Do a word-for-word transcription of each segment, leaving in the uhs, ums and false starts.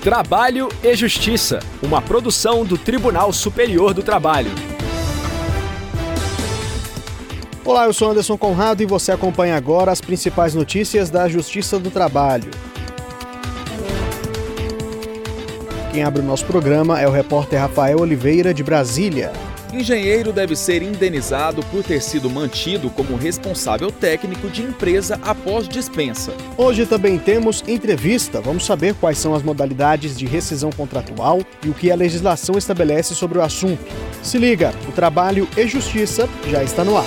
Trabalho e Justiça, uma produção do Tribunal Superior do Trabalho. Olá, eu sou Anderson Conrado e você acompanha agora as principais notícias da Justiça do Trabalho. Quem abre o nosso programa é o repórter Rafael Oliveira, de Brasília. Engenheiro deve ser indenizado por ter sido mantido como responsável técnico de empresa após dispensa. Hoje também temos entrevista. Vamos saber quais são as modalidades de rescisão contratual e o que a legislação estabelece sobre o assunto. Se liga, o Trabalho e Justiça já está no ar.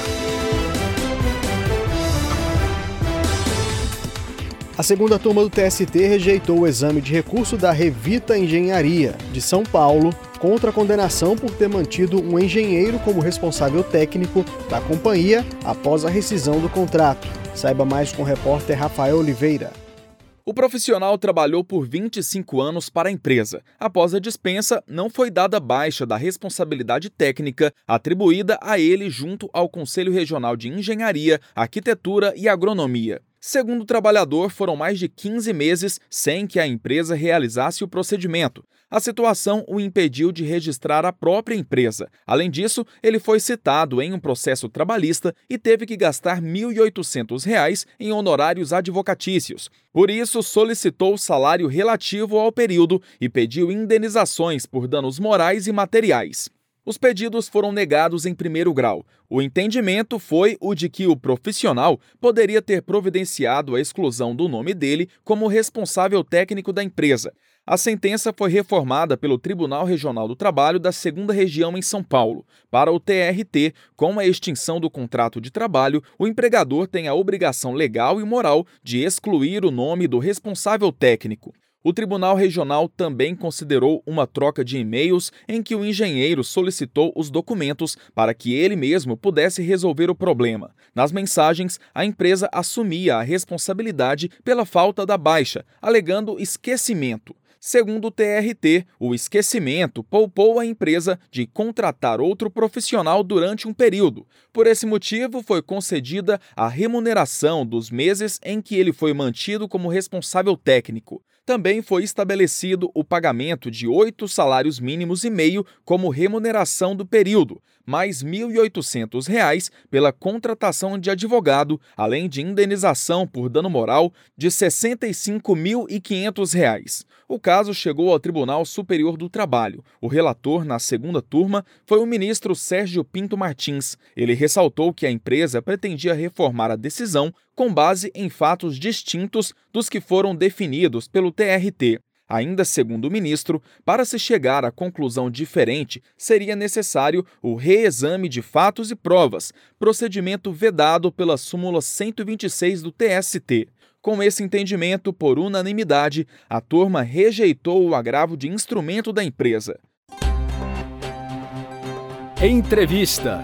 A segunda turma do T S T rejeitou o exame de recurso da Revita Engenharia, de São Paulo, contra a condenação por ter mantido um engenheiro como responsável técnico da companhia após a rescisão do contrato. Saiba mais com o repórter Rafael Oliveira. O profissional trabalhou por vinte e cinco anos para a empresa. Após a dispensa, não foi dada baixa da responsabilidade técnica atribuída a ele junto ao Conselho Regional de Engenharia, Arquitetura e Agronomia. Segundo o trabalhador, foram mais de quinze meses sem que a empresa realizasse o procedimento. A situação o impediu de registrar a própria empresa. Além disso, ele foi citado em um processo trabalhista e teve que gastar mil e oitocentos reais em honorários advocatícios. Por isso, solicitou salário relativo ao período e pediu indenizações por danos morais e materiais. Os pedidos foram negados em primeiro grau. O entendimento foi o de que o profissional poderia ter providenciado a exclusão do nome dele como responsável técnico da empresa. A sentença foi reformada pelo Tribunal Regional do Trabalho da segunda Região em São Paulo. Para o T R T, com a extinção do contrato de trabalho, o empregador tem a obrigação legal e moral de excluir o nome do responsável técnico. O Tribunal Regional também considerou uma troca de e-mails em que o engenheiro solicitou os documentos para que ele mesmo pudesse resolver o problema. Nas mensagens, a empresa assumia a responsabilidade pela falta da baixa, alegando esquecimento. Segundo o T R T, o esquecimento poupou a empresa de contratar outro profissional durante um período. Por esse motivo, foi concedida a remuneração dos meses em que ele foi mantido como responsável técnico. Também foi estabelecido o pagamento de oito salários mínimos e meio como remuneração do período, mais mil e oitocentos reais pela contratação de advogado, além de indenização por dano moral de sessenta e cinco mil e quinhentos reais. O caso chegou ao Tribunal Superior do Trabalho. O relator na segunda turma foi o ministro Sérgio Pinto Martins. Ele ressaltou que a empresa pretendia reformar a decisão com base em fatos distintos dos que foram definidos pelo T R T. Ainda segundo o ministro, para se chegar a conclusão diferente, seria necessário o reexame de fatos e provas, procedimento vedado pela súmula cento e vinte e seis do T S T. Com esse entendimento, por unanimidade, a turma rejeitou o agravo de instrumento da empresa. Entrevista.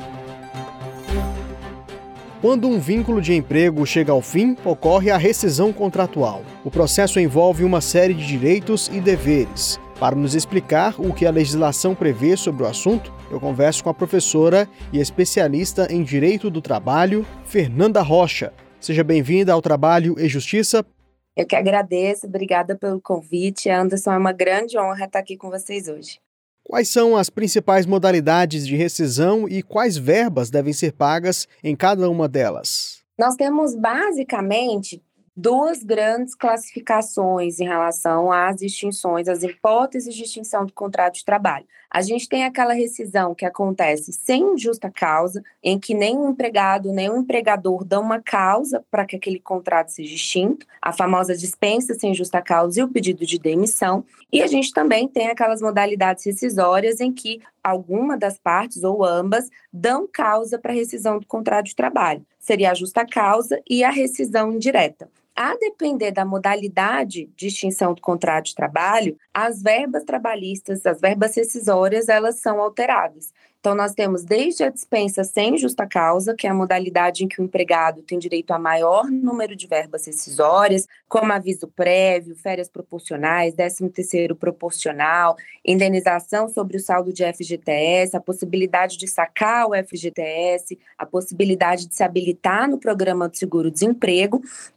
Quando um vínculo de emprego chega ao fim, ocorre a rescisão contratual. O processo envolve uma série de direitos e deveres. Para nos explicar o que a legislação prevê sobre o assunto, eu converso com a professora e especialista em Direito do Trabalho, Fernanda Rocha. Seja bem-vinda ao Trabalho e Justiça. Eu que agradeço, obrigada pelo convite. Anderson, é uma grande honra estar aqui com vocês hoje. Quais são as principais modalidades de rescisão e quais verbas devem ser pagas em cada uma delas? Nós temos basicamente duas grandes classificações em relação às extinções, às hipóteses de extinção do contrato de trabalho. A gente tem aquela rescisão que acontece sem justa causa, em que nem o empregado nem o empregador dão uma causa para que aquele contrato seja extinto, a famosa dispensa sem justa causa e o pedido de demissão. E a gente também tem aquelas modalidades rescisórias em que alguma das partes ou ambas dão causa para a rescisão do contrato de trabalho. Seria a justa causa e a rescisão indireta. A depender da modalidade de extinção do contrato de trabalho, as verbas trabalhistas, as verbas rescisórias, elas são alteradas. Então, nós temos desde a dispensa sem justa causa, que é a modalidade em que o empregado tem direito a maior número de verbas rescisórias, como aviso prévio, férias proporcionais, décimo terceiro proporcional, indenização sobre o saldo de F G T S, a possibilidade de sacar o F G T S, a possibilidade de se habilitar no programa de seguro-desemprego, como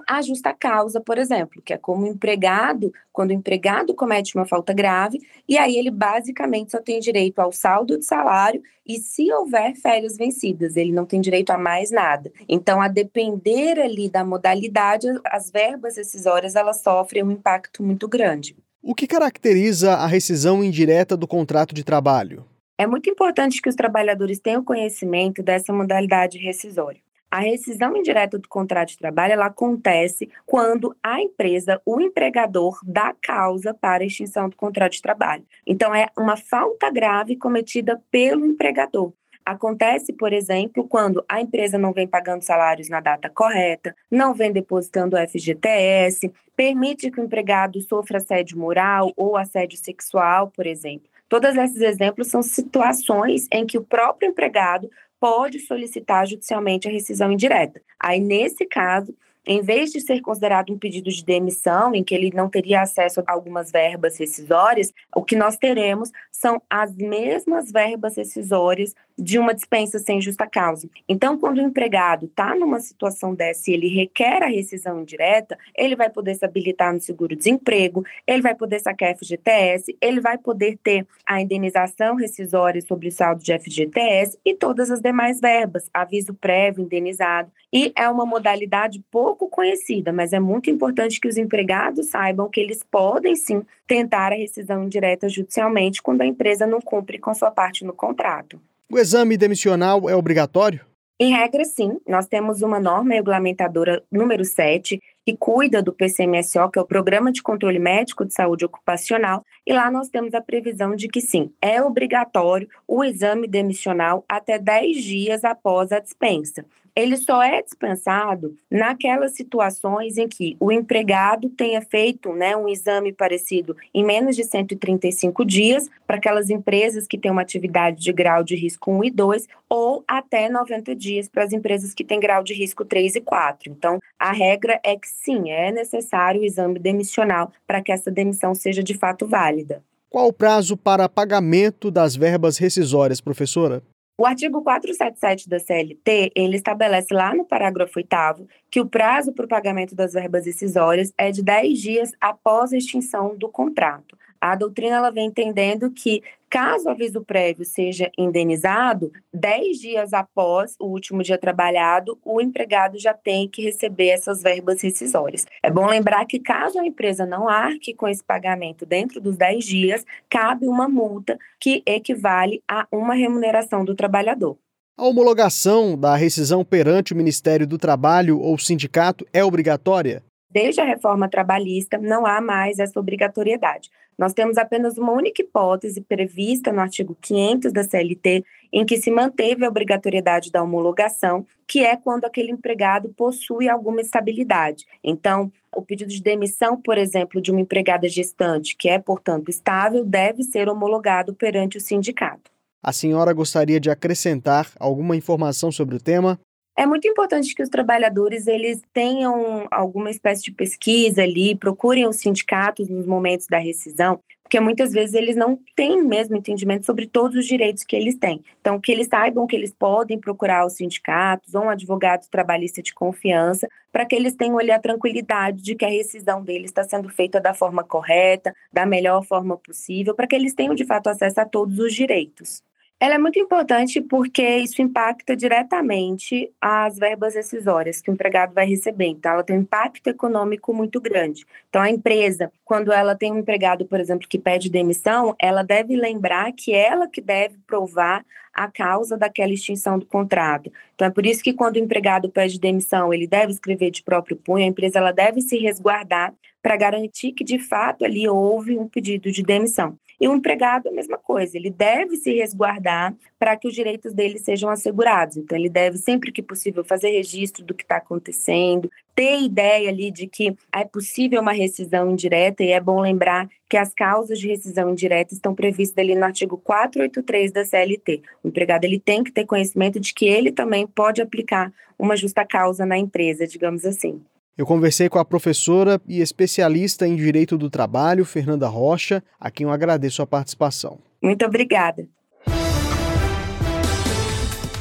a justa causa, por exemplo, que é como o empregado, quando o empregado comete uma falta grave, e aí ele basicamente só tem direito ao saldo de salário e se houver férias vencidas, ele não tem direito a mais nada. Então, a depender ali da modalidade, as verbas rescisórias, elas sofrem um impacto muito grande. O que caracteriza a rescisão indireta do contrato de trabalho? É muito importante que os trabalhadores tenham conhecimento dessa modalidade rescisória. A rescisão indireta do contrato de trabalho, ela acontece quando a empresa, o empregador, dá causa para a extinção do contrato de trabalho. Então, é uma falta grave cometida pelo empregador. Acontece, por exemplo, quando a empresa não vem pagando salários na data correta, não vem depositando o F G T S, permite que o empregado sofra assédio moral ou assédio sexual, por exemplo. Todos esses exemplos são situações em que o próprio empregado pode solicitar judicialmente a rescisão indireta. Aí, nesse caso, em vez de ser considerado um pedido de demissão, em que ele não teria acesso a algumas verbas rescisórias, o que nós teremos são as mesmas verbas rescisórias de uma dispensa sem justa causa. Então, quando o empregado está numa situação dessa e ele requer a rescisão indireta, ele vai poder se habilitar no seguro-desemprego, ele vai poder sacar F G T S, ele vai poder ter a indenização rescisória sobre o saldo de F G T S e todas as demais verbas, aviso prévio, indenizado. E é uma modalidade pouco conhecida, mas é muito importante que os empregados saibam que eles podem sim tentar a rescisão indireta judicialmente quando a empresa não cumpre com sua parte no contrato. O exame demissional é obrigatório? Em regra, sim. Nós temos uma norma regulamentadora número sete, que cuida do P C M S O, que é o Programa de Controle Médico de Saúde Ocupacional, e lá nós temos a previsão de que, sim, é obrigatório o exame demissional até dez dias após a dispensa. Ele só é dispensado naquelas situações em que o empregado tenha feito, né, um exame parecido em menos de cento e trinta e cinco dias, para aquelas empresas que têm uma atividade de grau de risco um e dois, ou até noventa dias para as empresas que têm grau de risco três e quatro. Então, a regra é que sim, é necessário o exame demissional para que essa demissão seja de fato válida. Qual o prazo para pagamento das verbas rescisórias, professora? O artigo quatrocentos e setenta e sete da C L T, ele estabelece lá no parágrafo oitavo que o prazo para o pagamento das verbas rescisórias é de dez dias após a extinção do contrato. A doutrina ela vem entendendo que, caso o aviso prévio seja indenizado, dez dias após o último dia trabalhado, o empregado já tem que receber essas verbas rescisórias. É bom lembrar que, caso a empresa não arque com esse pagamento dentro dos dez dias, cabe uma multa que equivale a uma remuneração do trabalhador. A homologação da rescisão perante o Ministério do Trabalho ou sindicato é obrigatória? Desde a reforma trabalhista, não há mais essa obrigatoriedade. Nós temos apenas uma única hipótese prevista no artigo quinhentos da C L T, em que se manteve a obrigatoriedade da homologação, que é quando aquele empregado possui alguma estabilidade. Então, o pedido de demissão, por exemplo, de uma empregada gestante, que é, portanto, estável, deve ser homologado perante o sindicato. A senhora gostaria de acrescentar alguma informação sobre o tema? É muito importante que os trabalhadores eles tenham alguma espécie de pesquisa ali, procurem os sindicatos nos momentos da rescisão, porque muitas vezes eles não têm mesmo entendimento sobre todos os direitos que eles têm. Então, que eles saibam que eles podem procurar os sindicatos ou um advogado trabalhista de confiança, para que eles tenham ali a tranquilidade de que a rescisão deles está sendo feita da forma correta, da melhor forma possível, para que eles tenham de fato acesso a todos os direitos. Ela é muito importante porque isso impacta diretamente as verbas rescisórias que o empregado vai receber. Então, ela tem um impacto econômico muito grande. Então, a empresa, quando ela tem um empregado, por exemplo, que pede demissão, ela deve lembrar que ela que deve provar a causa daquela extinção do contrato. Então, é por isso que quando o empregado pede demissão, ele deve escrever de próprio punho, a empresa ela deve se resguardar para garantir que, de fato, ali houve um pedido de demissão. E o empregado, a mesma coisa, ele deve se resguardar para que os direitos dele sejam assegurados. Então, ele deve, sempre que possível, fazer registro do que está acontecendo, ter ideia ali de que é possível uma rescisão indireta, e é bom lembrar que as causas de rescisão indireta estão previstas ali no artigo quatrocentos e oitenta e três da C L T. O empregado ele tem que ter conhecimento de que ele também pode aplicar uma justa causa na empresa, digamos assim. Eu conversei com a professora e especialista em Direito do Trabalho, Fernanda Rocha, a quem eu agradeço a participação. Muito obrigada. A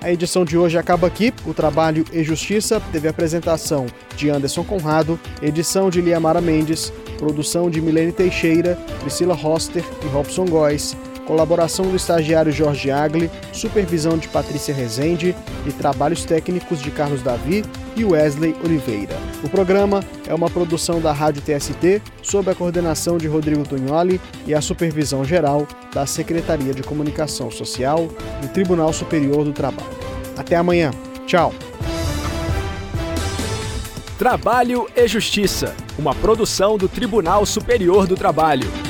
A edição de hoje acaba aqui. O Trabalho e Justiça teve apresentação de Anderson Conrado, edição de Liamara Mendes, produção de Milene Teixeira, Priscila Roster e Robson Góes, colaboração do estagiário Jorge Agli, supervisão de Patrícia Rezende e trabalhos técnicos de Carlos Davi e Wesley Oliveira. O programa é uma produção da Rádio T S T, sob a coordenação de Rodrigo Tugnoli e a supervisão geral da Secretaria de Comunicação Social do Tribunal Superior do Trabalho. Até amanhã. Tchau. Trabalho e Justiça, uma produção do Tribunal Superior do Trabalho.